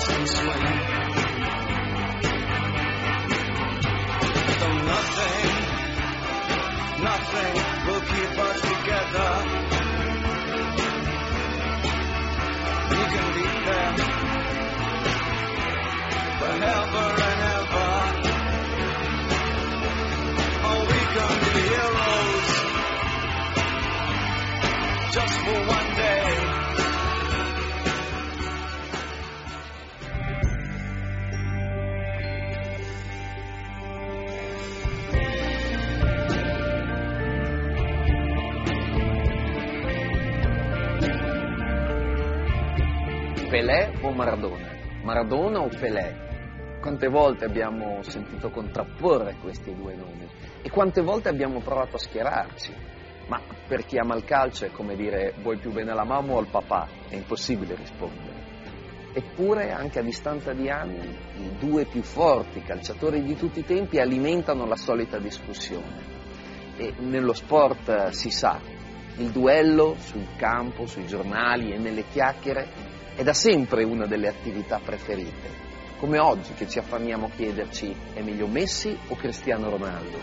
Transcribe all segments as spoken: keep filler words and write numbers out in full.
dance and swing. Though nothing, nothing will keep us together. You can be there forever and ever. Oh, we can be heroes just for one day. Pelé o Maradona? Maradona o Pelé? Quante volte abbiamo sentito contrapporre questi due nomi e quante volte abbiamo provato a schierarci, ma per chi ama il calcio è come dire vuoi più bene alla mamma o al papà, è impossibile rispondere. Eppure anche a distanza di anni i due più forti calciatori di tutti i tempi alimentano la solita discussione e nello sport si sa, il duello sul campo, sui giornali e nelle chiacchiere è da sempre una delle attività preferite, come oggi che ci affammiamo a chiederci è meglio Messi o Cristiano Ronaldo?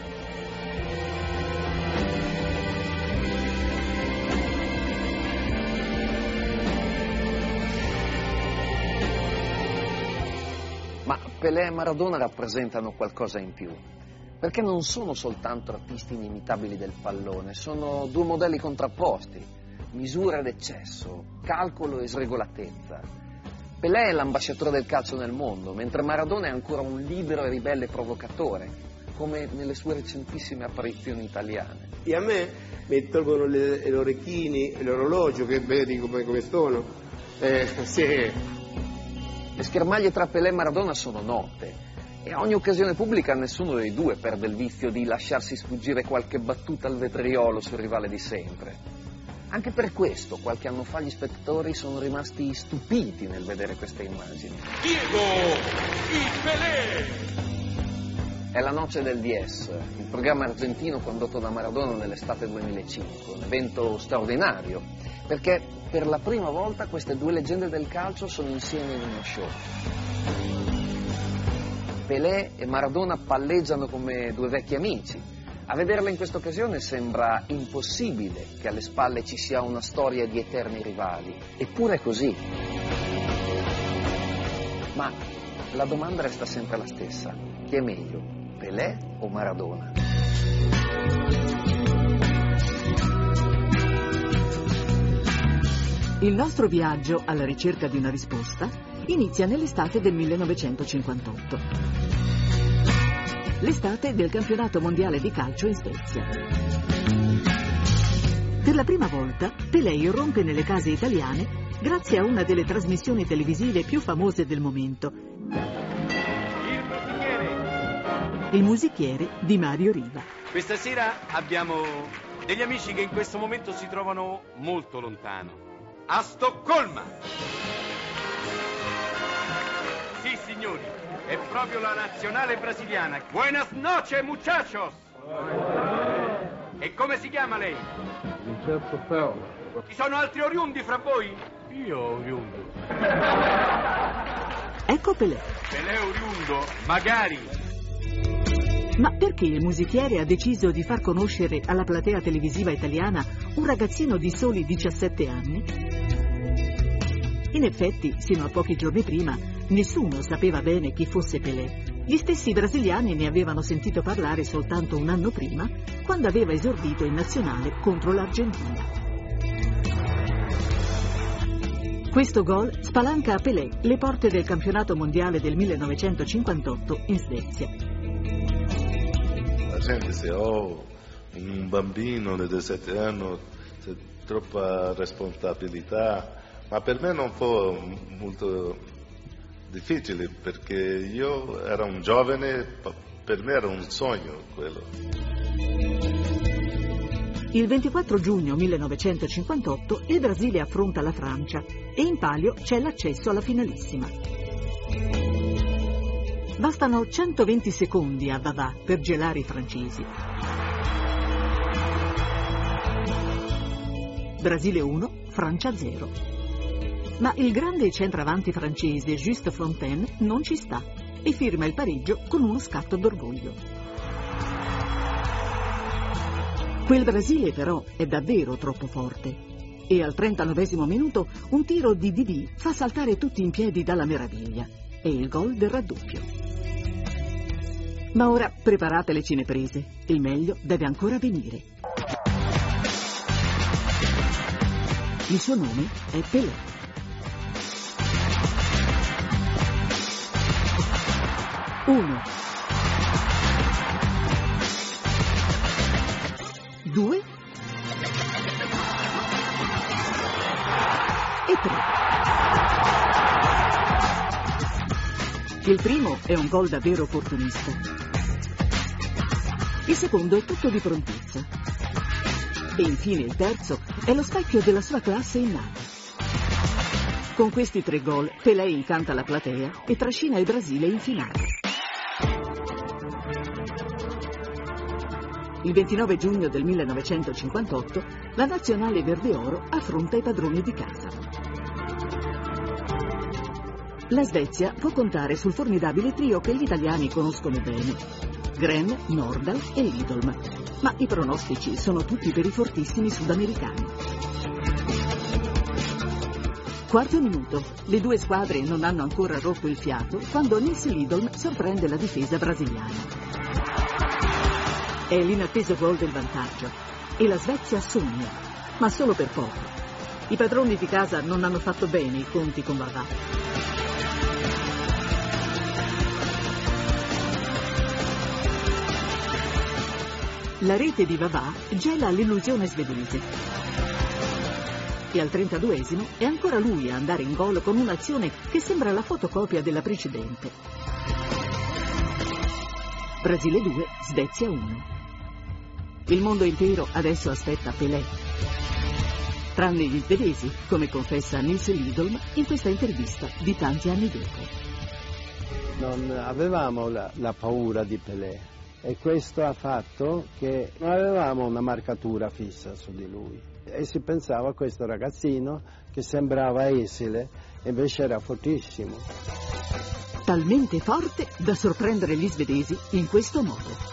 Ma Pelé e Maradona rappresentano qualcosa in più, perché non sono soltanto artisti inimitabili del pallone, sono due modelli contrapposti. Misura d'eccesso, calcolo e sregolatezza. Pelé è l'ambasciatore del calcio nel mondo, mentre Maradona è ancora un libero e ribelle provocatore, come nelle sue recentissime apparizioni italiane. E a me mi tolgono le, le orecchini e l'orologio, che vedi come, come sono. Eh, sì. Le schermaglie tra Pelé e Maradona sono note, e a ogni occasione pubblica nessuno dei due perde il vizio di lasciarsi sfuggire qualche battuta al vetriolo sul rivale di sempre. Anche per questo, qualche anno fa, gli spettatori sono rimasti stupiti nel vedere queste immagini. Diego, il Pelé! È la Noche del diez, il programma argentino condotto da Maradona nell'estate duemilacinque, un evento straordinario, perché per la prima volta queste due leggende del calcio sono insieme in uno show. Pelé e Maradona palleggiano come due vecchi amici. A vederla in questa occasione sembra impossibile che alle spalle ci sia una storia di eterni rivali, eppure è così. Ma la domanda resta sempre la stessa: chi è meglio, Pelé o Maradona? Il nostro viaggio alla ricerca di una risposta inizia nell'estate del millenovecentocinquantotto. L'estate del campionato mondiale di calcio in Svezia. Per la prima volta Pelé irrompe nelle case italiane grazie a una delle trasmissioni televisive più famose del momento, Il musichiere. Il musichiere di Mario Riva. Questa sera abbiamo degli amici che in questo momento si trovano molto lontano, a Stoccolma. Sì, signori. È proprio la nazionale brasiliana. Buenas noches, muchachos! E come si chiama lei? Vincenzo Ferro. Ci sono altri oriundi fra voi? Io oriundo. Ecco Pelé. Pelé oriundo? Magari. Ma perché il musichiere ha deciso di far conoscere alla platea televisiva italiana un ragazzino di soli diciassette anni? In effetti, sino a pochi giorni prima, nessuno sapeva bene chi fosse Pelé. Gli stessi brasiliani ne avevano sentito parlare soltanto un anno prima, quando aveva esordito in nazionale contro l'Argentina. Questo gol spalanca a Pelé le porte del campionato mondiale del millenovecentocinquantotto in Svezia. La gente dice, oh, un bambino di diciassette anni, c'è troppa responsabilità. Ma per me non fu molto difficile, perché io ero un giovane, per me era un sogno quello. Il ventiquattro giugno millenovecentocinquantotto il Brasile affronta la Francia e in palio c'è l'accesso alla finalissima. Bastano centoventi secondi a Vavà per gelare i francesi. Brasile uno, Francia zero. Ma il grande centravanti francese Juste Fontaine non ci sta e firma il pareggio con uno scatto d'orgoglio. Quel Brasile però è davvero troppo forte e al trentanovesimo minuto un tiro di Didi fa saltare tutti in piedi dalla meraviglia. È il gol del raddoppio. Ma ora preparate le cineprese, il meglio deve ancora venire. Il suo nome è Pelé. Uno. Due. E tre. Il primo è un gol davvero opportunista. Il secondo è tutto di prontezza. E infine il terzo è lo specchio della sua classe innata. Con questi tre gol Pelé incanta la platea e trascina il Brasile in finale. Il ventinove giugno del millenovecentocinquantotto la nazionale verde-oro affronta i padroni di casa. La Svezia può contare sul formidabile trio che gli italiani conoscono bene: Gren, Nordahl e Lidolm, ma i pronostici sono tutti per i fortissimi sudamericani. Quarto minuto, le due squadre non hanno ancora rotto il fiato quando Nils Lidolm sorprende la difesa brasiliana. È l'inatteso gol del vantaggio e la Svezia sogna, ma solo per poco. I padroni di casa non hanno fatto bene i conti con Vavá. La rete di Vavá gela l'illusione svedese. E al trentaduesimo è ancora lui a andare in gol con un'azione che sembra la fotocopia della precedente. Brasile due, Svezia uno. Il mondo intero adesso aspetta Pelé. Tranne gli svedesi, come confessa Nils Lidolm in questa intervista di tanti anni dopo. Non avevamo la, la paura di Pelé e questo ha fatto che non avevamo una marcatura fissa su di lui. E si pensava a questo ragazzino che sembrava esile e invece era fortissimo. Talmente forte da sorprendere gli svedesi in questo modo.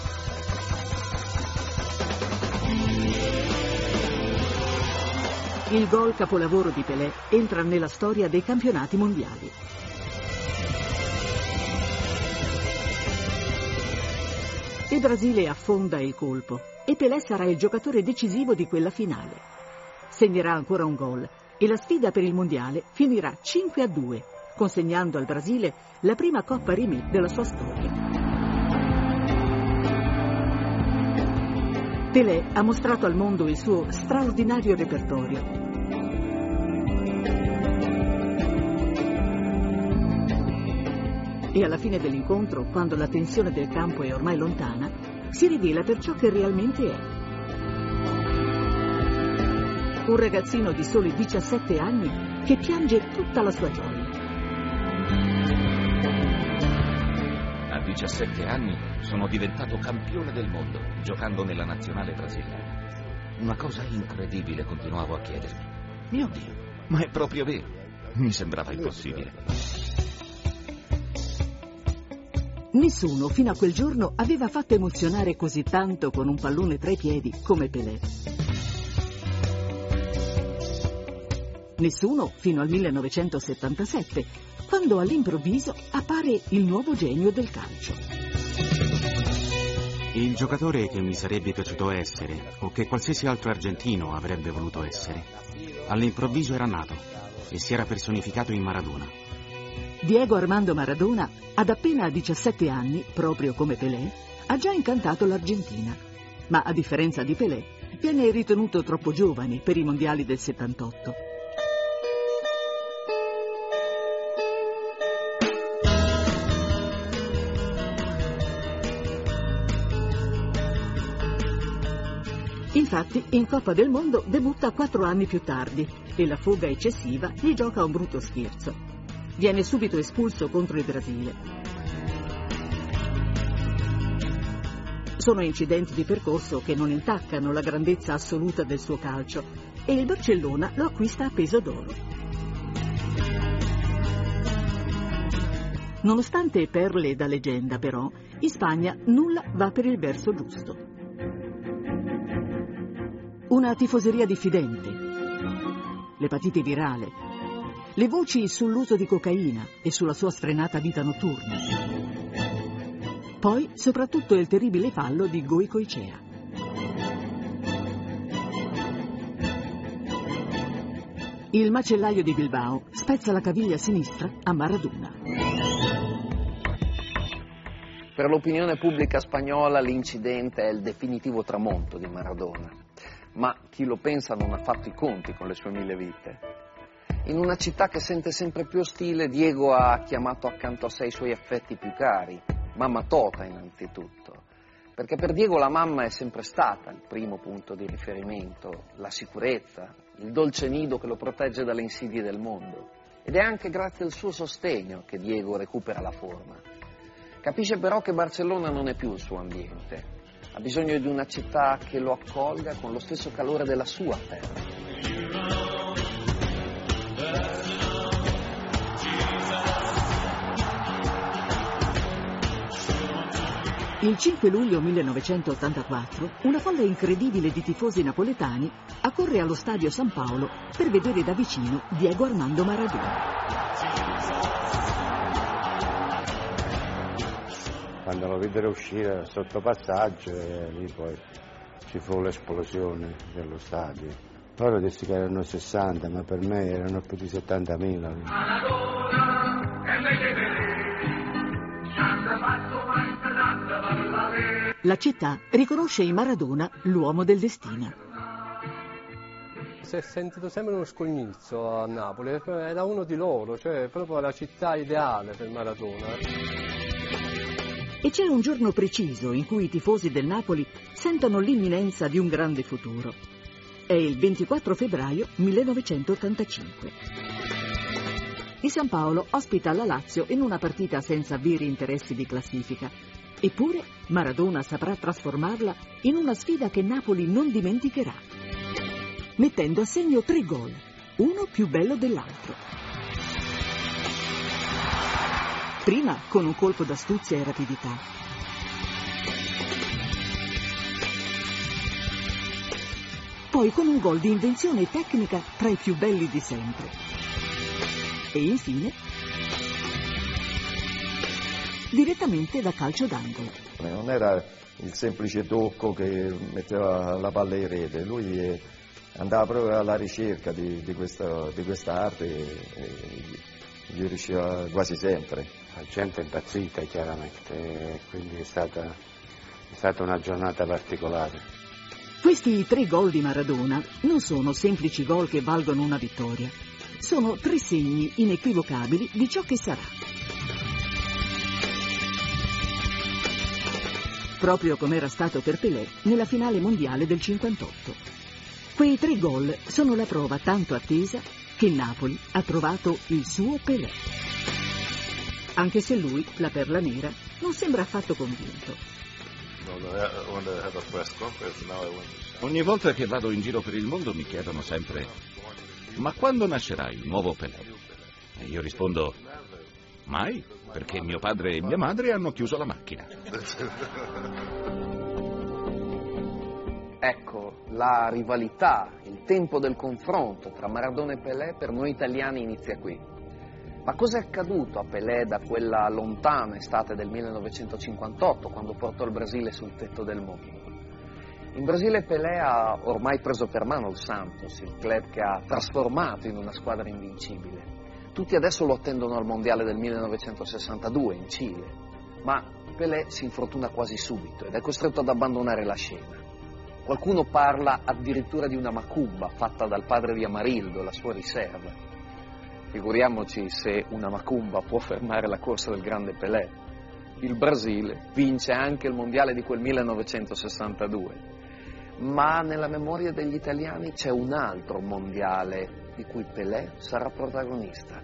Il gol capolavoro di Pelé entra nella storia dei campionati mondiali. Il Brasile affonda il colpo e Pelé sarà il giocatore decisivo di quella finale. Segnerà ancora un gol e la sfida per il mondiale finirà cinque a due, consegnando al Brasile la prima Coppa Remy della sua storia. Pelé ha mostrato al mondo il suo straordinario repertorio. E alla fine dell'incontro, quando la tensione del campo è ormai lontana, si rivela per ciò che realmente è. Un ragazzino di soli diciassette anni che piange tutta la sua gioia. A diciassette anni sono diventato campione del mondo, giocando nella nazionale brasiliana. Una cosa incredibile, continuavo a chiedermi. Mio Dio, ma è proprio vero? Mi sembrava impossibile. Nessuno fino a quel giorno aveva fatto emozionare così tanto con un pallone tra i piedi come Pelé. Nessuno fino al millenovecentosettantasette, quando all'improvviso appare il nuovo genio del calcio. Il giocatore che mi sarebbe piaciuto essere, o che qualsiasi altro argentino avrebbe voluto essere, all'improvviso era nato e si era personificato in Maradona. Diego Armando Maradona, ad appena diciassette anni, proprio come Pelé, ha già incantato l'Argentina. Ma a differenza di Pelé, viene ritenuto troppo giovane per i mondiali del settantotto. Infatti, in Coppa del Mondo debutta quattro anni più tardi e la foga eccessiva gli gioca un brutto scherzo. Viene subito espulso contro il Brasile. Sono incidenti di percorso che non intaccano la grandezza assoluta del suo calcio e il Barcellona lo acquista a peso d'oro. Nonostante perle da leggenda, però, in Spagna nulla va per il verso giusto. Una tifoseria diffidente, l'epatite virale, le voci sull'uso di cocaina e sulla sua sfrenata vita notturna. Poi, soprattutto, il terribile fallo di Goicoechea. Il macellaio di Bilbao spezza la caviglia sinistra a Maradona. Per l'opinione pubblica spagnola l'incidente è il definitivo tramonto di Maradona, ma chi lo pensa non ha fatto i conti con le sue mille vite. In una città che sente sempre più ostile, Diego ha chiamato accanto a sé i suoi affetti più cari, mamma Tota innanzitutto, perché per Diego la mamma è sempre stata il primo punto di riferimento, la sicurezza, il dolce nido che lo protegge dalle insidie del mondo. Ed è anche grazie al suo sostegno che Diego recupera la forma. Capisce però che Barcellona non è più il suo ambiente. Ha bisogno di una città che lo accolga con lo stesso calore della sua terra. Il cinque luglio millenovecentottantaquattro una folla incredibile di tifosi napoletani accorre allo stadio San Paolo per vedere da vicino Diego Armando Maradona. Quando lo videro uscire sotto passaggio, e lì poi ci fu l'esplosione dello stadio. Loro dissi che erano sessanta, ma per me erano più di settantamila. La città riconosce in Maradona l'uomo del destino. Si è sentito sempre uno scognizzo a Napoli, era uno di loro, cioè proprio la città ideale per Maradona. E c'è un giorno preciso in cui i tifosi del Napoli sentono l'imminenza di un grande futuro. È il ventiquattro febbraio millenovecentottantacinque. Il San Paolo ospita la Lazio in una partita senza veri interessi di classifica. Eppure Maradona saprà trasformarla in una sfida che Napoli non dimenticherà, mettendo a segno tre gol, uno più bello dell'altro. Prima con un colpo d'astuzia e rapidità. Poi con un gol di invenzione e tecnica tra i più belli di sempre. E infine direttamente da calcio d'angolo. Non era il semplice tocco che metteva la palla in rete, lui andava proprio alla ricerca di, di, questa, di questa arte e, e gli riusciva quasi sempre. La gente è impazzita chiaramente, quindi è stata, è stata una giornata particolare. Questi tre gol di Maradona non sono semplici gol che valgono una vittoria, sono tre segni inequivocabili di ciò che sarà. Proprio come era stato per Pelé nella finale mondiale del cinquantotto. Quei tre gol sono la prova tanto attesa che Napoli ha trovato il suo Pelé. Anche se lui, la perla nera, non sembra affatto convinto. Ogni volta che vado in giro per il mondo mi chiedono sempre: ma quando nascerà il nuovo Pelé? E io rispondo: mai, perché mio padre e mia madre hanno chiuso la macchina. Ecco, la rivalità, il tempo del confronto tra Maradona e Pelé per noi italiani inizia qui. Ma cosa è accaduto a Pelé da quella lontana estate del millenovecentocinquantotto, quando portò il Brasile sul tetto del mondo? In Brasile Pelé ha ormai preso per mano il Santos, il club che ha trasformato in una squadra invincibile. Tutti adesso lo attendono al mondiale del millenovecentosessantadue in Cile, ma Pelé si infortuna quasi subito ed è costretto ad abbandonare la scena. Qualcuno parla addirittura di una macumba fatta dal padre di Amarildo, la sua riserva. Figuriamoci se una macumba può fermare la corsa del grande Pelé. Il Brasile vince anche il mondiale di quel millenovecentosessantadue. Ma nella memoria degli italiani c'è un altro mondiale di cui Pelé sarà protagonista.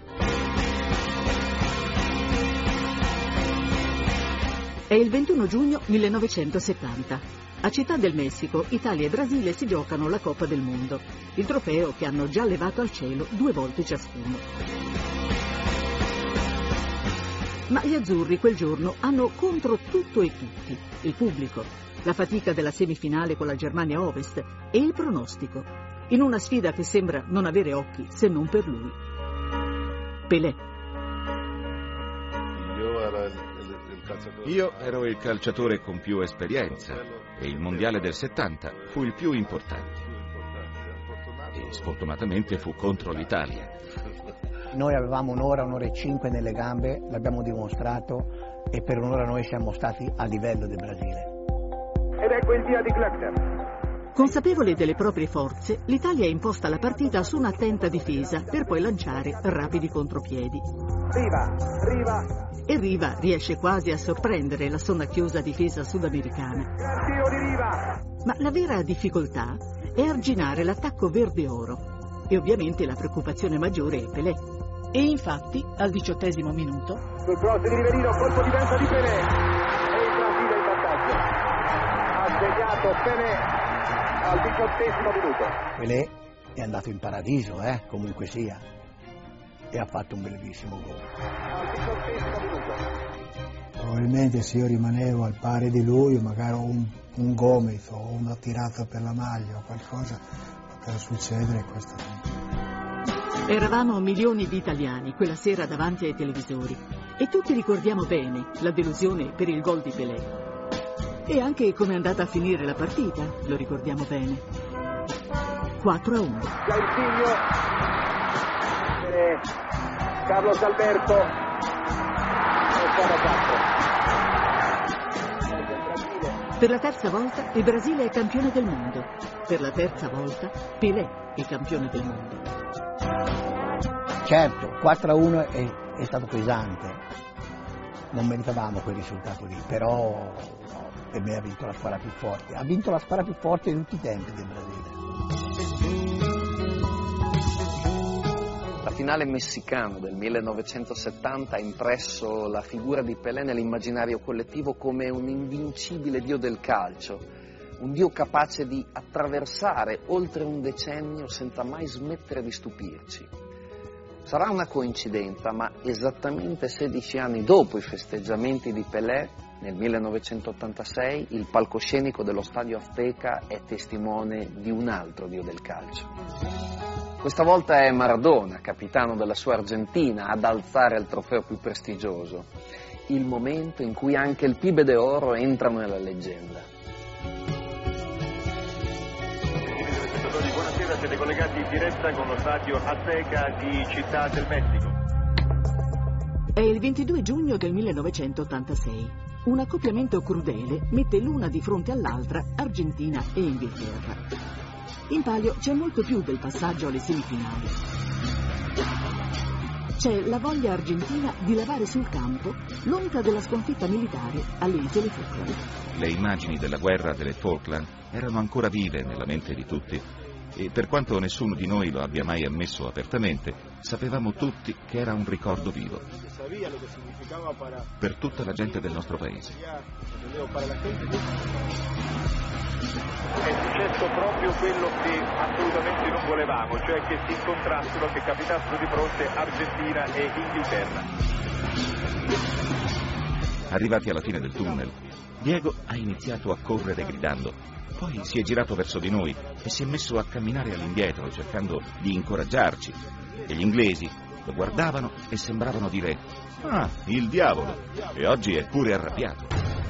È il ventuno giugno millenovecentosettanta. A Città del Messico, Italia e Brasile si giocano la Coppa del Mondo, il trofeo che hanno già levato al cielo due volte ciascuno. Ma gli azzurri quel giorno hanno contro tutto e tutti: il pubblico, la fatica della semifinale con la Germania Ovest e il pronostico, in una sfida che sembra non avere occhi se non per lui. Pelé. Io ero il calciatore con più esperienza e il mondiale del settanta fu il più importante. E sfortunatamente fu contro l'Italia. Noi avevamo un'ora, un'ora e cinque nelle gambe, l'abbiamo dimostrato, e per un'ora noi siamo stati a livello del Brasile. Ed ecco il via di Klöckner. Consapevole delle proprie forze, l'Italia imposta la partita su un'attenta difesa per poi lanciare rapidi contropiedi. Riva, Riva. E Riva riesce quasi a sorprendere la sonnacchiosa difesa sudamericana. Tiro di Riva. Ma la vera difficoltà è arginare l'attacco verde-oro. E ovviamente la preoccupazione maggiore è Pelé. E infatti, al diciottesimo minuto... Sul cross di Riverino, colpo di vento di Pelé. E il Brasile in vantaggio. Ha segnato Pelé al diciottesimo minuto. Pelé è andato in paradiso, eh, comunque sia. E ha fatto un bellissimo gol. Al diciottesimo minuto. Probabilmente se io rimanevo al pari di lui, magari un, un gomito o una tirata per la maglia o qualcosa poteva succedere, questo Eravamo milioni di italiani quella sera davanti ai televisori e tutti ricordiamo bene la delusione per il gol di Pelé. E anche come è andata a finire la partita, lo ricordiamo bene. quattro a uno. Gianfilio, eh, Carlos Alberto e quattro a quattro. Per la terza volta il Brasile è campione del mondo. Per la terza volta Pelé è campione del mondo. Certo, quattro a uno è, è stato pesante, non meritavamo quel risultato lì, però no, per me ha vinto la squadra più forte, ha vinto la squadra più forte di tutti i tempi del Brasile. La finale messicana del millenovecentosettanta ha impresso la figura di Pelé nell'immaginario collettivo come un invincibile dio del calcio, un dio capace di attraversare oltre un decennio senza mai smettere di stupirci. Sarà una coincidenza, ma esattamente sedici anni dopo i festeggiamenti di Pelé, nel millenovecentottantasei, il palcoscenico dello Stadio Azteca è testimone di un altro dio del calcio. Questa volta è Maradona, capitano della sua Argentina, ad alzare il trofeo più prestigioso, il momento in cui anche il Pibe de Oro entra nella leggenda. Buonasera, siete collegati in diretta con lo Stadio Azteca di Città del Messico. È il ventidue giugno del millenovecentottantasei. Un accoppiamento crudele mette l'una di fronte all'altra Argentina e Inghilterra. In palio c'è molto più del passaggio alle semifinali. C'è la voglia argentina di lavare sul campo l'onta della sconfitta militare alle isole Falkland. Le immagini della guerra delle Falkland erano ancora vive nella mente di tutti e per quanto nessuno di noi lo abbia mai ammesso apertamente, sapevamo tutti che era un ricordo vivo per tutta la gente del nostro paese. È successo proprio quello che assolutamente non volevamo, cioè che si incontrassero, che capitassero di fronte Argentina e Inghilterra. Arrivati alla fine del tunnel, Diego ha iniziato a correre gridando. Poi si è girato verso di noi e si è messo a camminare all'indietro cercando di incoraggiarci. E gli inglesi lo guardavano e sembravano dire: «Ah, il diavolo! E oggi è pure arrabbiato!»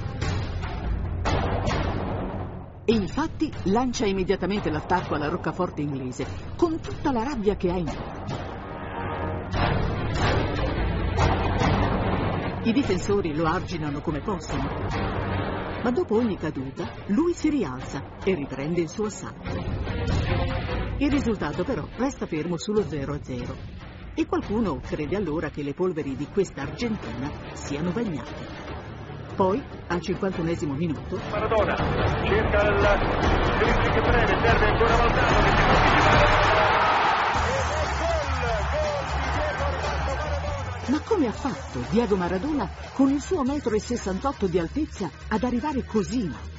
E infatti lancia immediatamente l'attacco alla roccaforte inglese, con tutta la rabbia che ha in corpo. I difensori lo arginano come possono, ma dopo ogni caduta lui si rialza e riprende il suo assalto. Il risultato però resta fermo sullo zero a zero e qualcuno crede allora che le polveri di questa Argentina siano bagnate. Poi, al cinquantunesimo minuto, Maradona cerca il dribbling breve, serve ancora Valdano che si può anticipare. Ma come ha fatto Diego Maradona con il suo metro e sessantotto di altezza ad arrivare così in alto?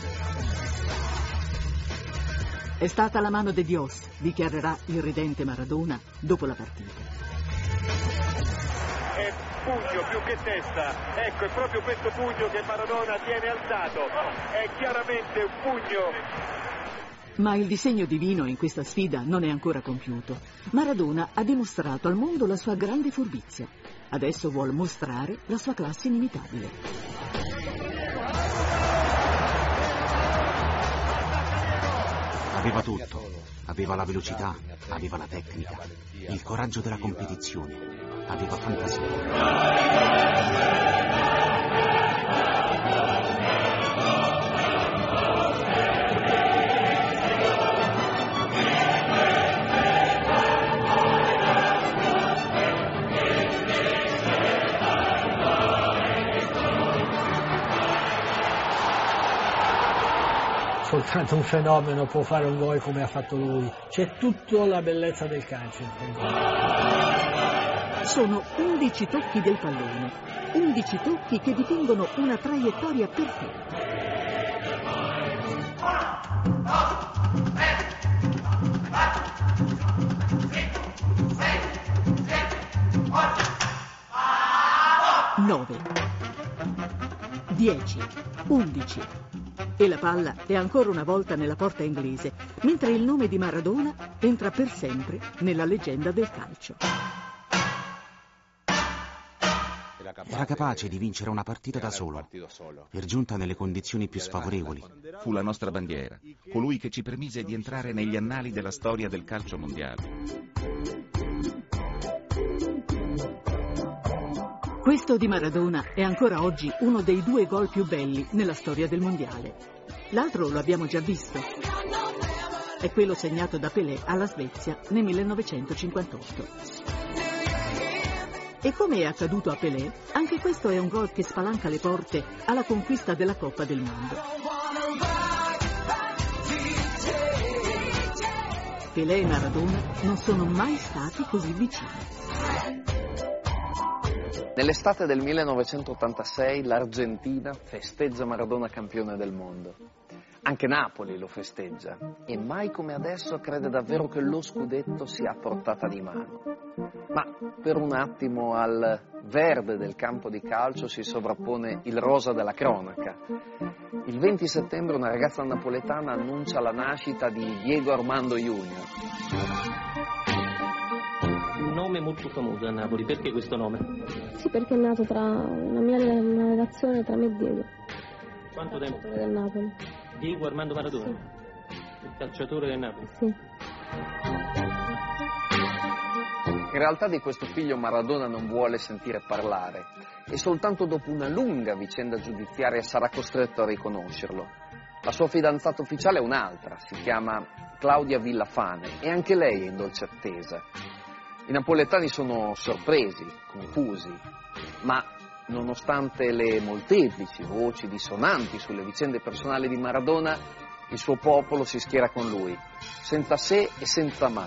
È stata la mano de Dios, dichiarerà il ridente Maradona dopo la partita. E pugno più che testa. Ecco, è proprio questo pugno che Maradona tiene alzato, è chiaramente un pugno. Ma il disegno divino in questa sfida non è ancora compiuto. Maradona ha dimostrato al mondo la sua grande furbizia. Adesso vuol mostrare la sua classe inimitabile. Aveva tutto. Aveva la velocità, aveva la tecnica, il coraggio della competizione, aveva fantasia. Soltanto un fenomeno può fare un gol come ha fatto lui. C'è tutta la bellezza del calcio. Sono undici tocchi del pallone, undici tocchi che dipingono una traiettoria perfetta. nove, dieci, undici. E la palla è ancora una volta nella porta inglese, mentre il nome di Maradona entra per sempre nella leggenda del calcio. Era capace di vincere una partita da solo, per giunta nelle condizioni più sfavorevoli. Fu la nostra bandiera, colui che ci permise di entrare negli annali della storia del calcio mondiale. Questo di Maradona è ancora oggi uno dei due gol più belli nella storia del mondiale. L'altro lo abbiamo già visto. È quello segnato da Pelé alla Svezia nel millenovecentocinquantotto. E come è accaduto a Pelé, anche questo è un gol che spalanca le porte alla conquista della Coppa del Mondo. Pelé e Maradona non sono mai stati così vicini. Nell'estate del millenovecentottantasei l'Argentina festeggia Maradona campione del mondo. Anche Napoli lo festeggia e mai come adesso crede davvero che lo scudetto sia a portata di mano. Ma per un attimo al verde del campo di calcio si sovrappone il rosa della cronaca. Il venti settembre una ragazza napoletana annuncia la nascita di Diego Armando Junior. Un nome molto famoso a Napoli, perché questo nome? Sì, perché è nato tra una mia una relazione tra me e Diego. Quanto tempo? Il calciatore del Napoli. Diego Armando Maradona? Sì. Il calciatore del Napoli? Sì. In realtà di questo figlio Maradona non vuole sentire parlare e soltanto dopo una lunga vicenda giudiziaria sarà costretto a riconoscerlo. La sua fidanzata ufficiale è un'altra, si chiama Claudia Villafane e anche lei è in dolce attesa. I napoletani sono sorpresi, confusi, ma nonostante le molteplici voci dissonanti sulle vicende personali di Maradona, il suo popolo si schiera con lui, senza se e senza ma.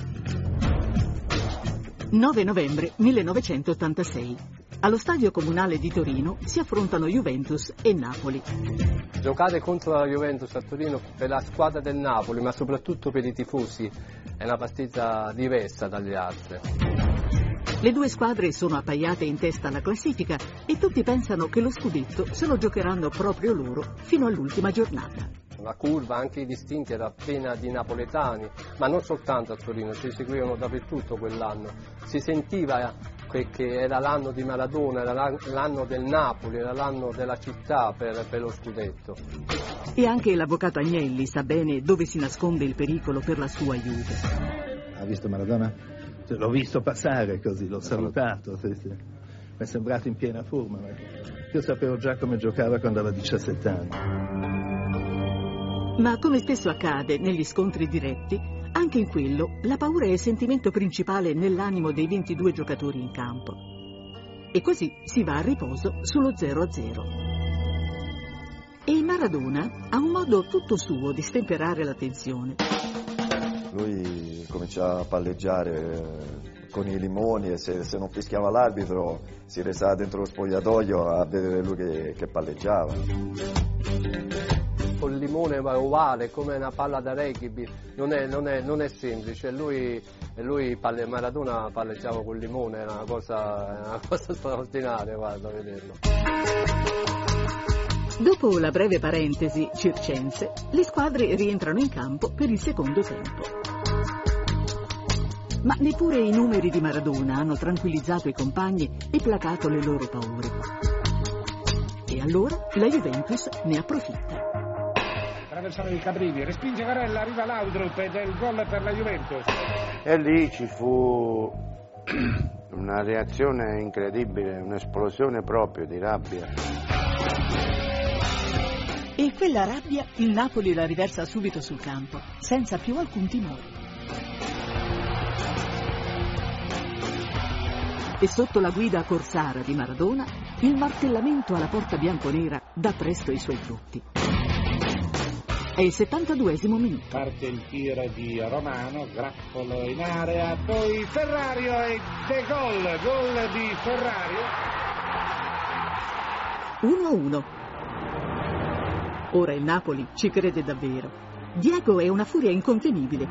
nove novembre millenovecentottantasei. Allo Stadio Comunale di Torino si affrontano Juventus e Napoli. Giocare contro la Juventus a Torino per la squadra del Napoli, ma soprattutto per i tifosi, è una partita diversa dalle altre. Le due squadre sono appaiate in testa alla classifica e tutti pensano che lo scudetto se lo giocheranno proprio loro fino all'ultima giornata. La curva, anche i distinti, era piena di napoletani, ma non soltanto a Torino, ci seguivano dappertutto quell'anno. Si sentiva che era l'anno di Maradona, era l'anno del Napoli, era l'anno della città per, per lo scudetto. E anche l'avvocato Agnelli sa bene dove si nasconde il pericolo per la sua Juve. Ha visto Maradona? L'ho visto passare così, l'ho salutato, sì, sì. Mi è sembrato in piena forma. Io sapevo già come giocava quando aveva diciassette anni. Ma come spesso accade negli scontri diretti, anche in quello la paura è il sentimento principale nell'animo dei ventidue giocatori in campo. E così si va a riposo sullo zero a zero. E il Maradona ha un modo tutto suo di stemperare la tensione. Lui comincia a palleggiare con i limoni e se, se non fischiava l'arbitro si restava dentro lo spogliatoio a vedere lui che, che palleggiava. Col limone ovale, come una palla da rugby, non è, non è, non è semplice. Lui, lui palle, Maradona palleggiava col limone, era una cosa, una cosa straordinaria, guarda, a vederlo. Dopo la breve parentesi circense, le squadre rientrano in campo per il secondo tempo. Ma neppure i numeri di Maradona hanno tranquillizzato i compagni e placato le loro paure. E allora la Juventus ne approfitta. Traversare il Cabrini, respinge Varela, arriva Laudrup ed è il gol per la Juventus. E lì ci fu una reazione incredibile, un'esplosione proprio di rabbia. E quella rabbia il Napoli la riversa subito sul campo, senza più alcun timore. E sotto la guida corsara di Maradona, il martellamento alla porta bianconera dà presto i suoi frutti. È il settantaduesimo minuto. Parte il tiro di Romano, grappolo in area, poi Ferrario e de gol, gol di Ferrario. uno a uno. Ora il Napoli ci crede davvero. Diego è una furia incontenibile.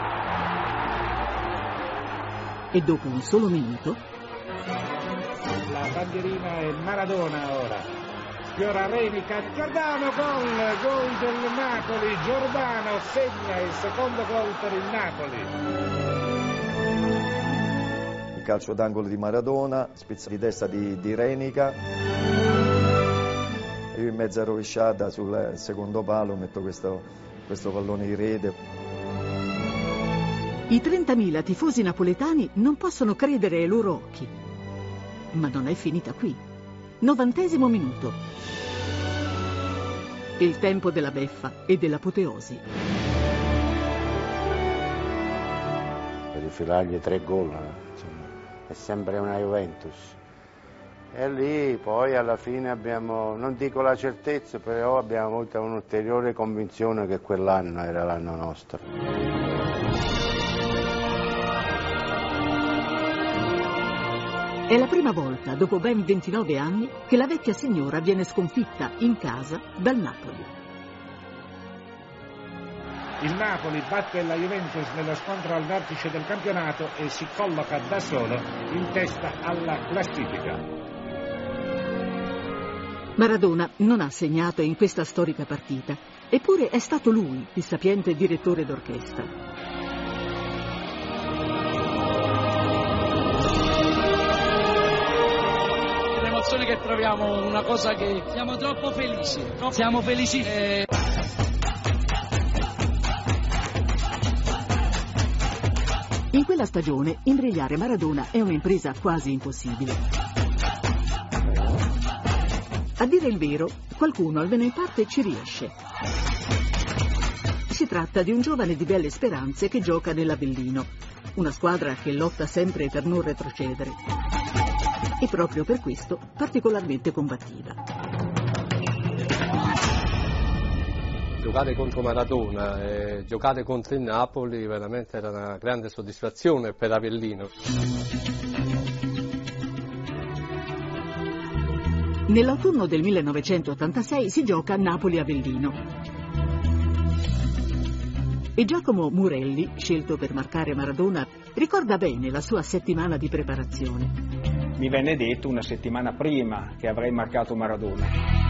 E dopo un solo minuto... La bandierina è Maradona ora. Sfiora Renica, Giordano, gol, gol del Napoli. Giordano segna il secondo gol per il Napoli. Il calcio d'angolo di Maradona, spizza di testa di, di Renica. Io in mezza rovesciata sul secondo palo metto questo, questo pallone in rete. I trentamila tifosi napoletani non possono credere ai loro occhi. Ma non è finita qui. Novantesimo minuto. Il tempo della beffa e dell'apoteosi. Per rifilargli tre gol, insomma, è sempre una Juventus. E lì poi alla fine abbiamo, non dico la certezza, però abbiamo avuto un'ulteriore convinzione che quell'anno era l'anno nostro. È la prima volta, dopo ben ventinove anni, che la vecchia signora viene sconfitta in casa dal Napoli. Il Napoli batte la Juventus nello scontro al vertice del campionato e si colloca da solo in testa alla classifica. Maradona non ha segnato in questa storica partita, eppure è stato lui il sapiente direttore d'orchestra. L'emozione che proviamo, una cosa che siamo troppo felici, troppo... siamo felici. Eh... In quella stagione imbrigliare Maradona è un'impresa quasi impossibile. A dire il vero, qualcuno almeno in parte ci riesce. Si tratta di un giovane di belle speranze che gioca nell'Avellino, una squadra che lotta sempre per non retrocedere. E proprio per questo particolarmente combattiva. Giocare contro Maradona e giocare contro il Napoli veramente era una grande soddisfazione per Avellino. Nell'autunno del millenovecentottantasei si gioca a Napoli-Avellino. E Giacomo Murelli, scelto per marcare Maradona, ricorda bene la sua settimana di preparazione. Mi venne detto una settimana prima che avrei marcato Maradona.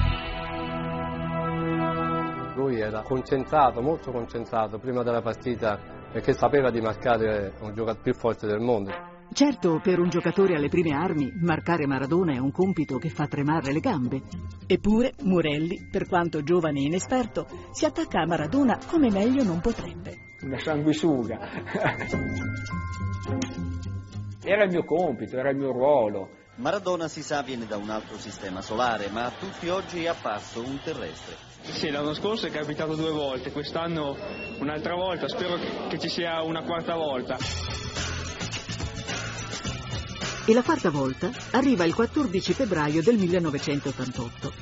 Lui era concentrato, molto concentrato prima della partita perché sapeva di marcare un giocatore più forte del mondo. Certo, per un giocatore alle prime armi, marcare Maradona è un compito che fa tremare le gambe. Eppure Murelli, per quanto giovane e inesperto, si attacca a Maradona come meglio non potrebbe. Una sanguisuga. Era il mio compito, era il mio ruolo. Maradona, si sa, viene da un altro sistema solare, ma a tutti oggi è apparso un terrestre. Sì, l'anno scorso è capitato due volte, quest'anno un'altra volta, spero che, che ci sia una quarta volta. E la quarta volta arriva il quattordici febbraio del millenovecentottantotto.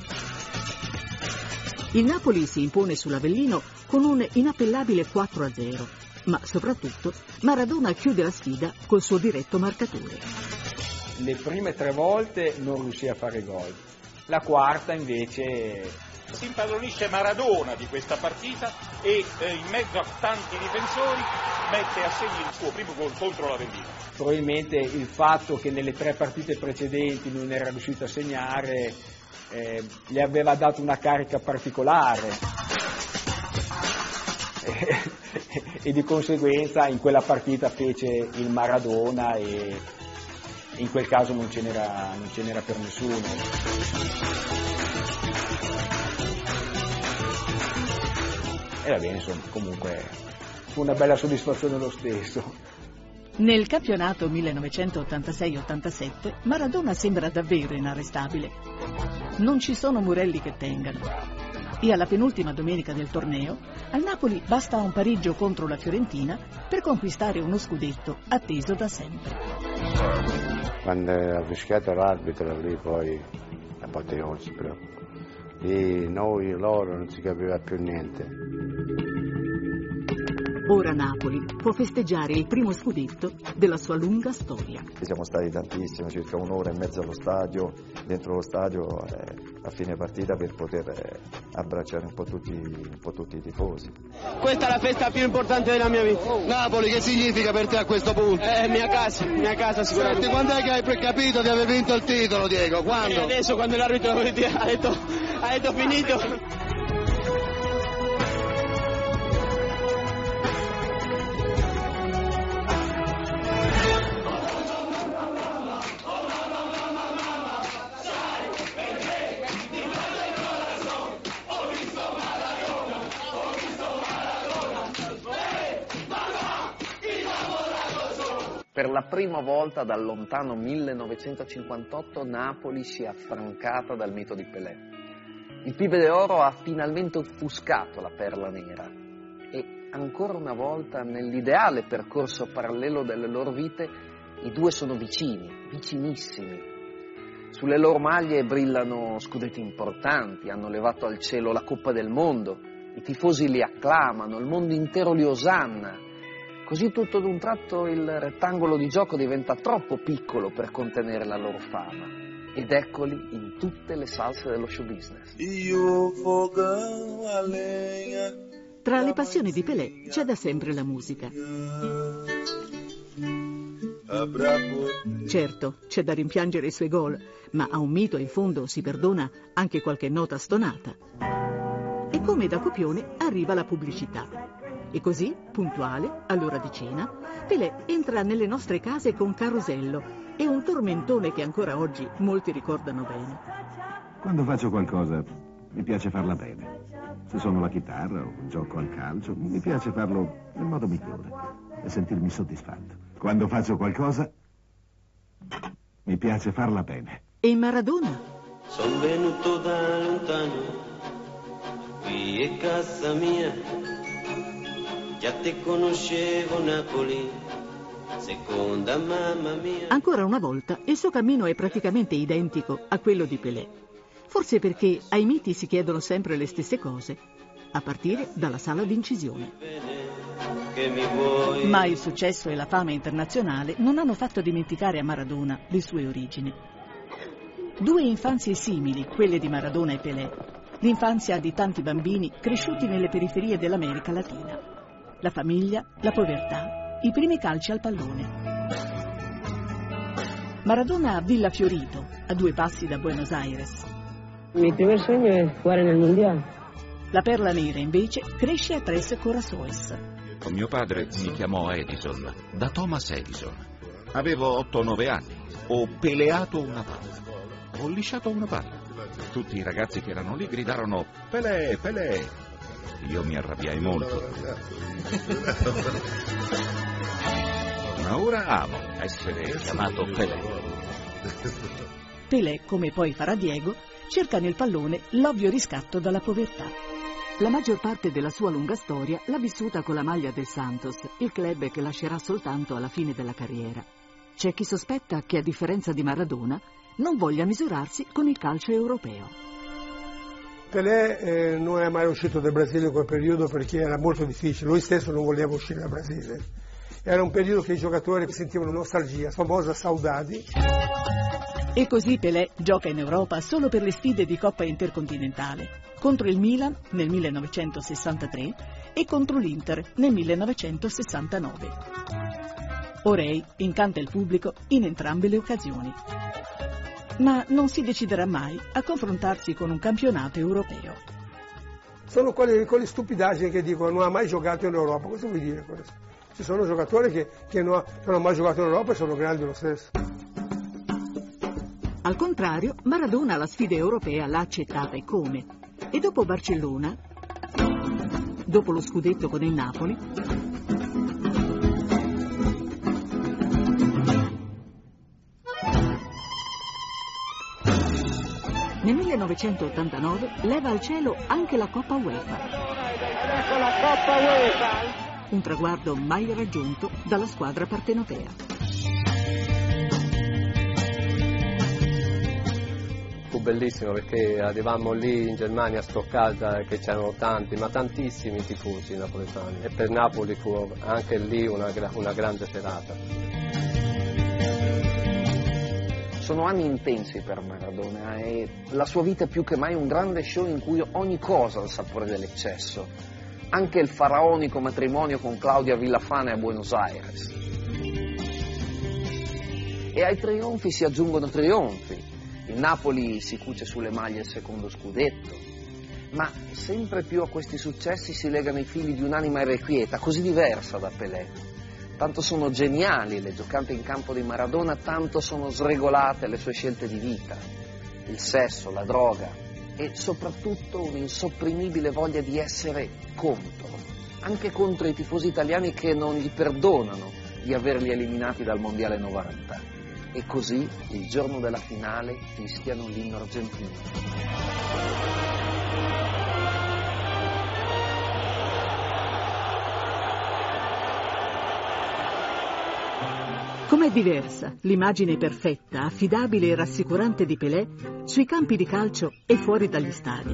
Il Napoli si impone sull'Avellino con un inappellabile quattro a zero, ma soprattutto Maradona chiude la sfida col suo diretto marcatore. Le prime tre volte non riuscì a fare gol, la quarta invece Si impadronisce Maradona di questa partita e eh, in mezzo a tanti difensori mette a segno il suo primo gol contro l'Avellino. Probabilmente il fatto che nelle tre partite precedenti non era riuscito a segnare eh, gli aveva dato una carica particolare e, e di conseguenza in quella partita fece il Maradona e in quel caso non ce n'era, non ce n'era per nessuno. E va bene, insomma, comunque fu una bella soddisfazione lo stesso. Nel campionato millenovecentottantasei ottantasette Maradona sembra davvero inarrestabile. Non ci sono murelli che tengano. E alla penultima domenica del torneo, al Napoli basta un pareggio contro la Fiorentina per conquistare uno scudetto atteso da sempre. Quando ha fischiato l'arbitro lì poi apoteosi però. Lì noi, loro, non si capiva più niente. Ora Napoli può festeggiare il primo scudetto della sua lunga storia. Siamo stati tantissimi, circa un'ora e mezza allo stadio, dentro lo stadio eh, a fine partita per poter eh, abbracciare un po' tutti, un po' tutti i tifosi. Questa è la festa più importante della mia vita. Napoli che significa per te a questo punto? È mia casa, mia casa sicuramente. Senti, quando è che hai capito di aver vinto il titolo, Diego? Quando? E adesso quando l'arbitro ha detto, ha detto finito. Per la prima volta dal lontano millenovecentocinquantotto Napoli si è affrancata dal mito di Pelé. Il Pibe d'Oro ha finalmente offuscato la perla nera e ancora una volta nell'ideale percorso parallelo delle loro vite i due sono vicini, vicinissimi. Sulle loro maglie brillano scudetti importanti, hanno levato al cielo la Coppa del Mondo, i tifosi li acclamano, il mondo intero li osanna. Così tutto d'un tratto il rettangolo di gioco diventa troppo piccolo per contenere la loro fama. Ed eccoli in tutte le salse dello show business. Tra le passioni di Pelé c'è da sempre la musica. Certo, c'è da rimpiangere i suoi gol, ma a un mito in fondo si perdona anche qualche nota stonata. E come da copione arriva la pubblicità. E così, puntuale, all'ora di cena, Pelé entra nelle nostre case con Carosello e un tormentone che ancora oggi molti ricordano bene. Quando faccio qualcosa mi piace farla bene. Se suono la chitarra o gioco al calcio, mi piace farlo nel modo migliore e sentirmi soddisfatto. Quando faccio qualcosa mi piace farla bene. E Maradona? Sono venuto da lontano, qui è casa mia. Già te conoscevo Napoli, seconda mamma mia. Ancora una volta il suo cammino è praticamente identico a quello di Pelé. Forse perché ai miti si chiedono sempre le stesse cose, a partire dalla sala d'incisione. Ma il successo e la fama internazionale non hanno fatto dimenticare a Maradona le sue origini. Due infanzie simili, quelle di Maradona e Pelé. L'infanzia di tanti bambini cresciuti nelle periferie dell'America Latina. La famiglia, la povertà, i primi calci al pallone. Maradona a Villa Fiorito, a due passi da Buenos Aires. Il mio primo sogno è giocare nel mondiale. La perla nera, invece, cresce a Tres Corazones. Mio padre mi chiamò Edison, da Thomas Edison. Avevo otto o nove anni. Ho peleato una palla. Ho lisciato una palla. Tutti i ragazzi che erano lì gridarono Pelé, Pelé. Io mi arrabbiai molto. Ma ora amo essere chiamato Pelé. Pelé, come poi farà Diego, cerca nel pallone l'ovvio riscatto dalla povertà. La maggior parte della sua lunga storia l'ha vissuta con la maglia del Santos, il club che lascerà soltanto alla fine della carriera. C'è chi sospetta che, a differenza di Maradona, non voglia misurarsi con il calcio europeo. Pelé eh, non è mai uscito dal Brasile in quel periodo perché era molto difficile, lui stesso non voleva uscire dal Brasile. Era un periodo che i giocatori sentivano nostalgia, famosa saudade. E così Pelé gioca in Europa solo per le sfide di Coppa Intercontinentale. contro il Milan nel millenovecentosessantatré e contro l'Inter nel millenovecentosessantanove. Orei incanta il pubblico in entrambe le occasioni, ma non si deciderà mai a confrontarsi con un campionato europeo. Sono quelle, quelle stupidaggini che dicono non ha mai giocato in Europa. Cosa vuol dire questo? Ci sono giocatori che, che non, ha, non hanno mai giocato in Europa e sono grandi lo stesso. Al contrario, Maradona la sfida europea l'ha accettata e come. E dopo Barcellona, dopo lo scudetto con il Napoli, nel millenovecentottantanove leva al cielo anche la Coppa UEFA. Ecco la Coppa UEFA. Un traguardo mai raggiunto dalla squadra partenopea. Fu bellissimo perché arrivammo lì in Germania a Stoccarda che c'erano tanti, ma tantissimi tifosi napoletani, e per Napoli fu anche lì una, una grande serata. Sono anni intensi per Maradona e la sua vita è più che mai un grande show in cui ogni cosa ha il sapore dell'eccesso, anche il faraonico matrimonio con Claudia Villafana a Buenos Aires. E ai trionfi si aggiungono trionfi. Il Napoli si cuce sulle maglie il secondo scudetto, ma sempre più a questi successi si legano i fili di un'anima irrequieta, così diversa da Pelé. Tanto sono geniali le giocate in campo di Maradona, tanto sono sregolate le sue scelte di vita, il sesso, la droga e soprattutto un'insopprimibile voglia di essere contro, anche contro i tifosi italiani che non gli perdonano di averli eliminati dal Mondiale novanta. E così, il giorno della finale, fischiano l'inno argentino. Com'è diversa l'immagine perfetta, affidabile e rassicurante di Pelé sui campi di calcio e fuori dagli stadi.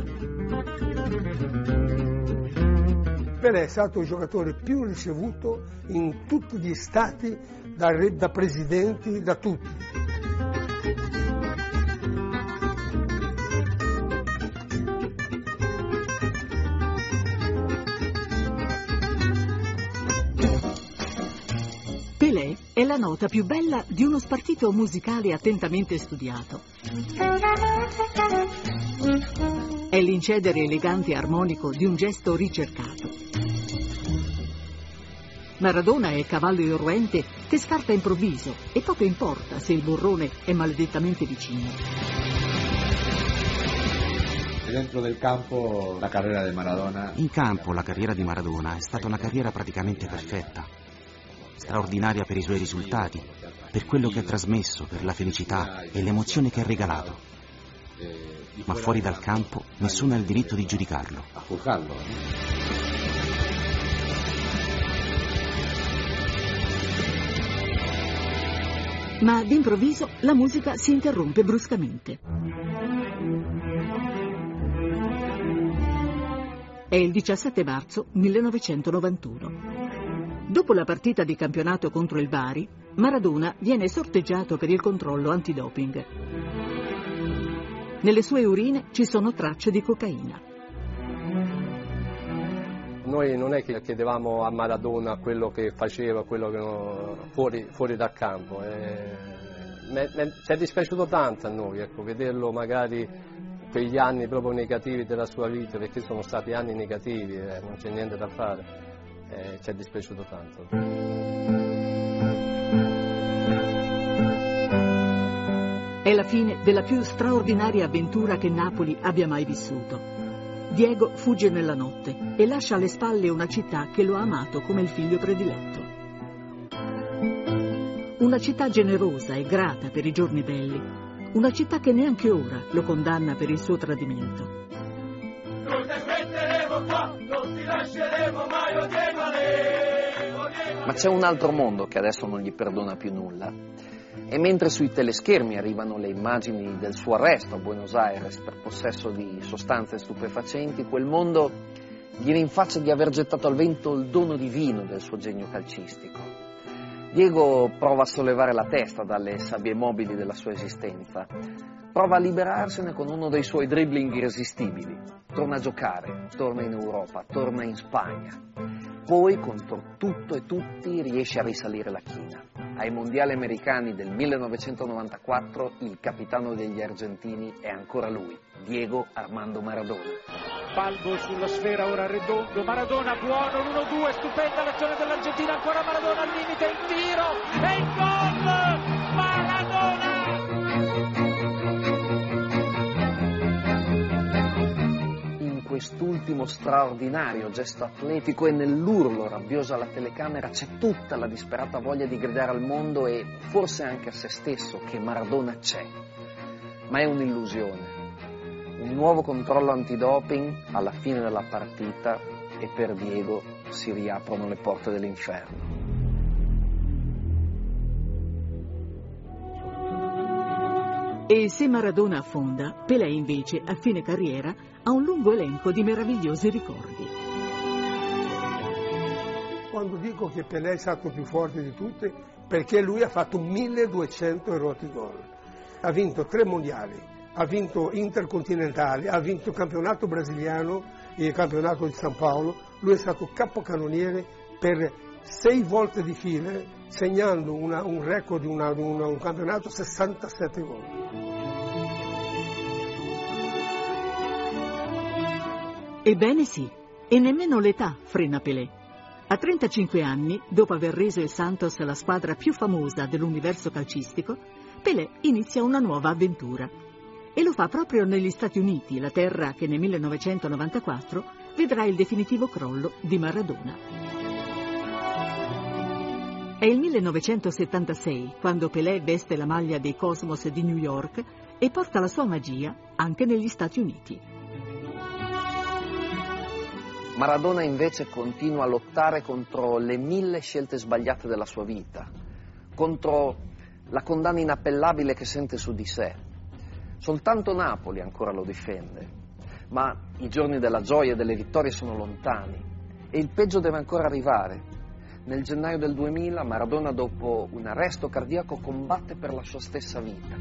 Pelé è stato il giocatore più ricevuto in tutti gli stati, da, da presidenti, da tutti. Pelé è la nota più bella di uno spartito musicale attentamente studiato. È l'incedere elegante e armonico di un gesto ricercato. Maradona è cavallo irruente che scarta improvviso e poco importa se il burrone è maledettamente vicino. Dentro del campo la carriera di Maradona. In campo la carriera di Maradona è stata una carriera praticamente perfetta, straordinaria per i suoi risultati, per quello che ha trasmesso, per la felicità e l'emozione che ha regalato. Ma fuori dal campo nessuno ha il diritto di giudicarlo. A juzgarlo. Ma d'improvviso la musica si interrompe bruscamente. È il diciassette marzo millenovecentonovantuno. Dopo la partita di campionato contro il Bari, Maradona viene sorteggiato per il controllo antidoping. Nelle sue urine ci sono tracce di cocaina. Noi non è che chiedevamo a Maradona quello che faceva, quello che no, fuori, fuori dal campo. Eh, me, me, ci è dispiaciuto tanto a noi, ecco, vederlo magari quegli anni proprio negativi della sua vita, perché sono stati anni negativi, eh, non c'è niente da fare. Eh, ci è dispiaciuto tanto. È la fine della più straordinaria avventura che Napoli abbia mai vissuto. Diego fugge nella notte e lascia alle spalle una città che lo ha amato come il figlio prediletto. Una città generosa e grata per i giorni belli, una città che neanche ora lo condanna per il suo tradimento. Non ti aspetteremo qua, non ti lasceremo mai, oh Diego, oh Diego. Ma c'è un altro mondo che adesso non gli perdona più nulla. E mentre sui teleschermi arrivano le immagini del suo arresto a Buenos Aires per possesso di sostanze stupefacenti, quel mondo gli rinfaccia di aver gettato al vento il dono divino del suo genio calcistico. Diego prova a sollevare la testa dalle sabbie mobili della sua esistenza. prova a liberarsene con uno dei suoi dribbling irresistibili. Torna a giocare, torna in Europa, torna in Spagna. Poi, contro tutto e tutti, riesce a risalire la china. Ai mondiali americani del millenovecentonovantaquattro il capitano degli argentini è ancora lui, Diego Armando Maradona. Balbo sulla sfera, ora Redondo, Maradona buono, l'uno due, stupenda l'azione dell'Argentina, ancora Maradona al limite, il tiro e il gol! Maradona! Quest'ultimo straordinario gesto atletico e nell'urlo rabbioso alla telecamera c'è tutta la disperata voglia di gridare al mondo e forse anche a se stesso che Maradona c'è. Ma è un'illusione. Un nuovo controllo antidoping alla fine della partita e per Diego si riaprono le porte dell'inferno. E se Maradona affonda, Pelé invece, a fine carriera, ha un lungo elenco di meravigliosi ricordi. Quando dico che Pelé è stato più forte di tutti, perché lui ha fatto milleduecento erotti gol. Ha vinto tre mondiali, ha vinto intercontinentali, ha vinto il campionato brasiliano e il campionato di San Paolo. Lui è stato capocannoniere per sei volte di fila, segnando una, un record di una, una, un campionato sessantasette gol. Ebbene sì, e nemmeno l'età frena Pelé. A trentacinque anni, dopo aver reso il Santos la squadra più famosa dell'universo calcistico, Pelé inizia una nuova avventura. E lo fa proprio negli Stati Uniti, la terra che nel millenovecentonovantaquattro vedrà il definitivo crollo di Maradona. È il millenovecentosettantasei quando Pelé veste la maglia dei Cosmos di New York e porta la sua magia anche negli Stati Uniti. Maradona invece continua a lottare contro le mille scelte sbagliate della sua vita, contro la condanna inappellabile che sente su di sé. Soltanto Napoli ancora lo difende, ma i giorni della gioia e delle vittorie sono lontani e il peggio deve ancora arrivare. Nel gennaio del duemila Maradona, dopo un arresto cardiaco, combatte per la sua stessa vita.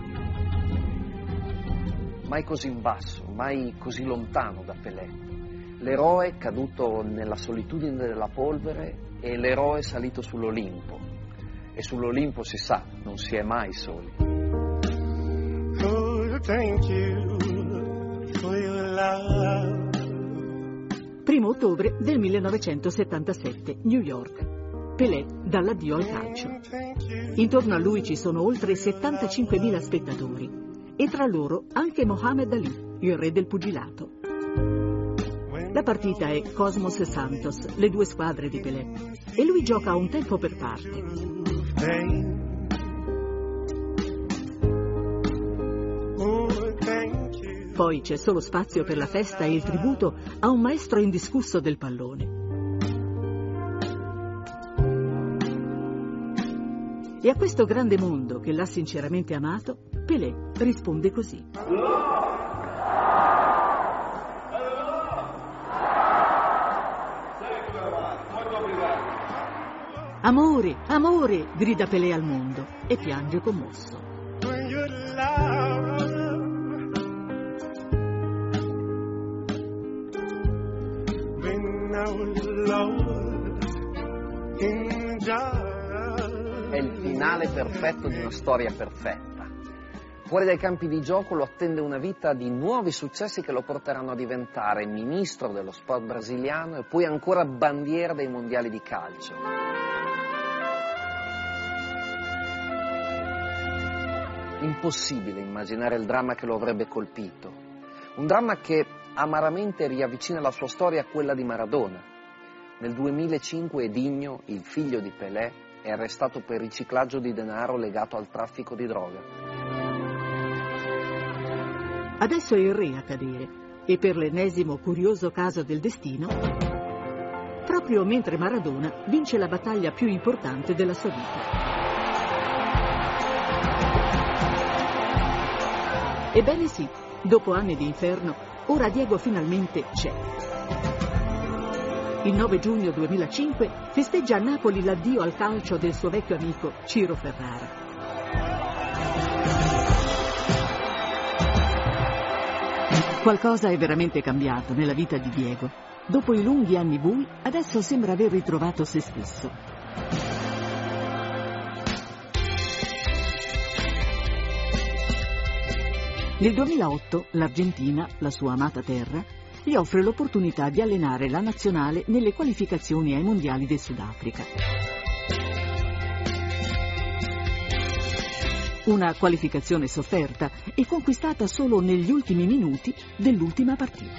Mai così in basso, mai così lontano da Pelé. L'eroe caduto nella solitudine della polvere e l'eroe salito sull'Olimpo. E sull'Olimpo si sa, non si è mai soli. Oh, thank you for your love. Primo ottobre del millenovecentosettantasette, New York. Pelé dall'addio al calcio. Intorno a lui ci sono oltre settantacinquemila spettatori e tra loro anche Mohamed Ali, il re del pugilato. La partita è Cosmos Santos, le due squadre di Pelé, e lui gioca a un tempo per parte. Poi c'è solo spazio per la festa e il tributo a un maestro indiscusso del pallone. E a questo grande mondo che l'ha sinceramente amato, Pelé risponde così. Amore, amore, grida Pelé al mondo e piange commosso. È il finale perfetto di una storia perfetta. Fuori dai campi di gioco lo attende una vita di nuovi successi che lo porteranno a diventare ministro dello sport brasiliano e poi ancora bandiera dei mondiali di calcio. Impossibile immaginare il dramma che lo avrebbe colpito. Un dramma che amaramente riavvicina la sua storia a quella di Maradona. Nel duemilacinque Edinho, il figlio di Pelé, è arrestato per riciclaggio di denaro legato al traffico di droga. Adesso è il re a cadere e per l'ennesimo curioso caso del destino, proprio mentre Maradona vince la battaglia più importante della sua vita. Ebbene sì, dopo anni di inferno, ora Diego finalmente c'è. Il nove giugno duemilacinque festeggia a Napoli l'addio al calcio del suo vecchio amico Ciro Ferrara. Qualcosa è veramente cambiato nella vita di Diego. Dopo i lunghi anni bui, adesso sembra aver ritrovato se stesso. Nel duemilaotto l'Argentina, la sua amata terra, gli offre l'opportunità di allenare la nazionale nelle qualificazioni ai mondiali del Sudafrica. Una qualificazione sofferta e conquistata solo negli ultimi minuti dell'ultima partita.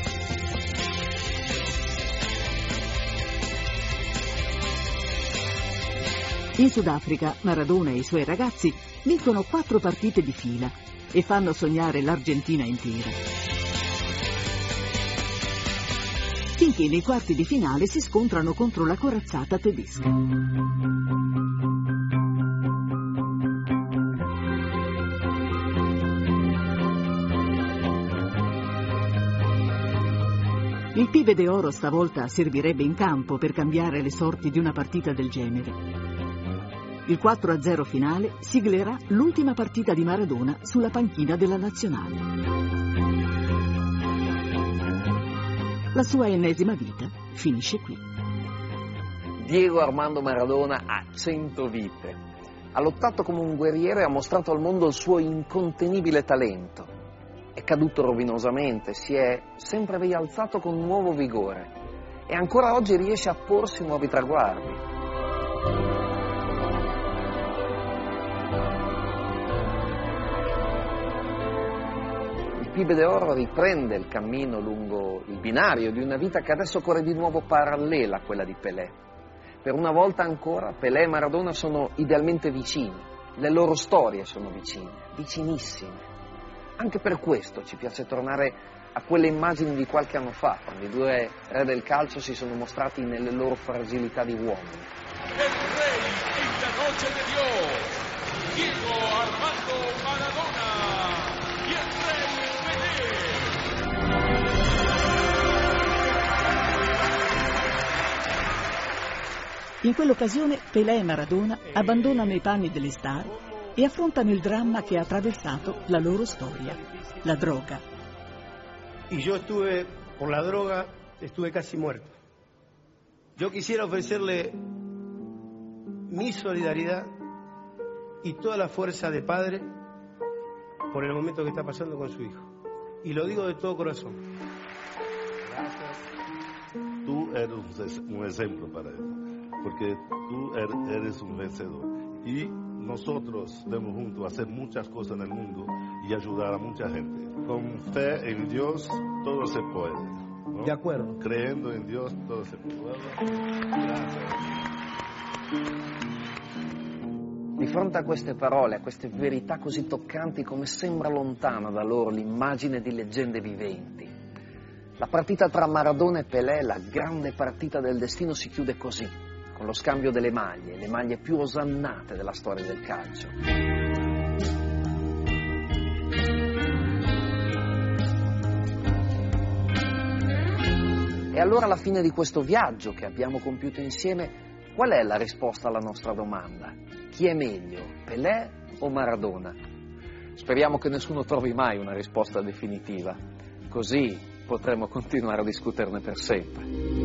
In Sudafrica Maradona e i suoi ragazzi vincono quattro partite di fila e fanno sognare l'Argentina intera. Finché nei quarti di finale si scontrano contro la corazzata tedesca. Il Pibe de Oro stavolta servirebbe in campo per cambiare le sorti di una partita del genere. Il quattro a zero finale siglerà l'ultima partita di Maradona sulla panchina della nazionale. La sua ennesima vita finisce qui. Diego Armando Maradona ha cento vite. Ha lottato come un guerriero e ha mostrato al mondo il suo incontenibile talento. È caduto rovinosamente, si è sempre rialzato con nuovo vigore e ancora oggi riesce a porsi nuovi traguardi. Il Pibe de Oro riprende il cammino lungo il binario di una vita che adesso corre di nuovo parallela a quella di Pelé. Per una volta ancora Pelé e Maradona sono idealmente vicini, le loro storie sono vicine, vicinissime. Anche per questo ci piace tornare a quelle immagini di qualche anno fa, quando i due re del calcio si sono mostrati nelle loro fragilità di uomini. El rey en la noche de Dios, Diego Armando Maradona, y el rey Pelé. In quell'occasione Pelé e Maradona abbandonano i panni delle star e affrontano il dramma che ha attraversato la loro storia, la droga. Y yo estuve, por la droga, estuve casi muerto. Yo quisiera ofrecerle mi solidaridad y toda la fuerza de padre por el momento que está pasando con su hijo. Y lo digo de todo corazón. Tú eres un ejemplo para él, porque tú eres un vencedor. Y nosotros debemos juntos hacer muchas cosas en el mundo y ayudar a mucha gente. Con fe en Dios todo se puede, ¿no? De acuerdo. Creyendo en Dios todo se puede. Gracias. Di fronte a queste parole, a queste verità così toccanti, come sembra lontana da loro l'immagine di leggende viventi. La partita tra Maradona e Pelé, la grande partita del destino, si chiude così, con lo scambio delle maglie, le maglie più osannate della storia del calcio. E allora alla fine di questo viaggio che abbiamo compiuto insieme, qual è la risposta alla nostra domanda? Chi è meglio, Pelé o Maradona? Speriamo che nessuno trovi mai una risposta definitiva, così potremo continuare a discuterne per sempre.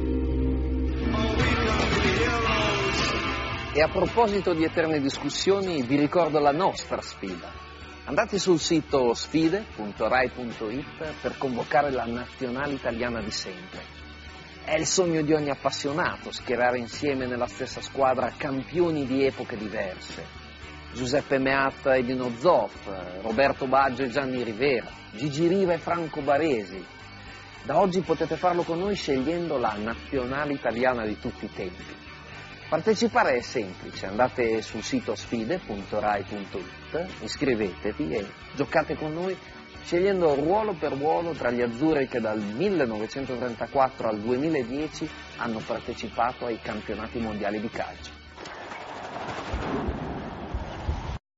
E a proposito di eterne discussioni, vi ricordo la nostra sfida. Andate sul sito sfide punto rai punto it per convocare la nazionale italiana di sempre. È il sogno di ogni appassionato schierare insieme nella stessa squadra campioni di epoche diverse. Giuseppe Meazza e Dino Zoff, Roberto Baggio e Gianni Rivera, Gigi Riva e Franco Baresi. Da oggi potete farlo con noi scegliendo la nazionale italiana di tutti i tempi. Partecipare è semplice, andate sul sito sfide punto rai punto it, iscrivetevi e giocate con noi scegliendo ruolo per ruolo tra gli azzurri che dal millenovecentotrentaquattro al duemiladieci hanno partecipato ai campionati mondiali di calcio.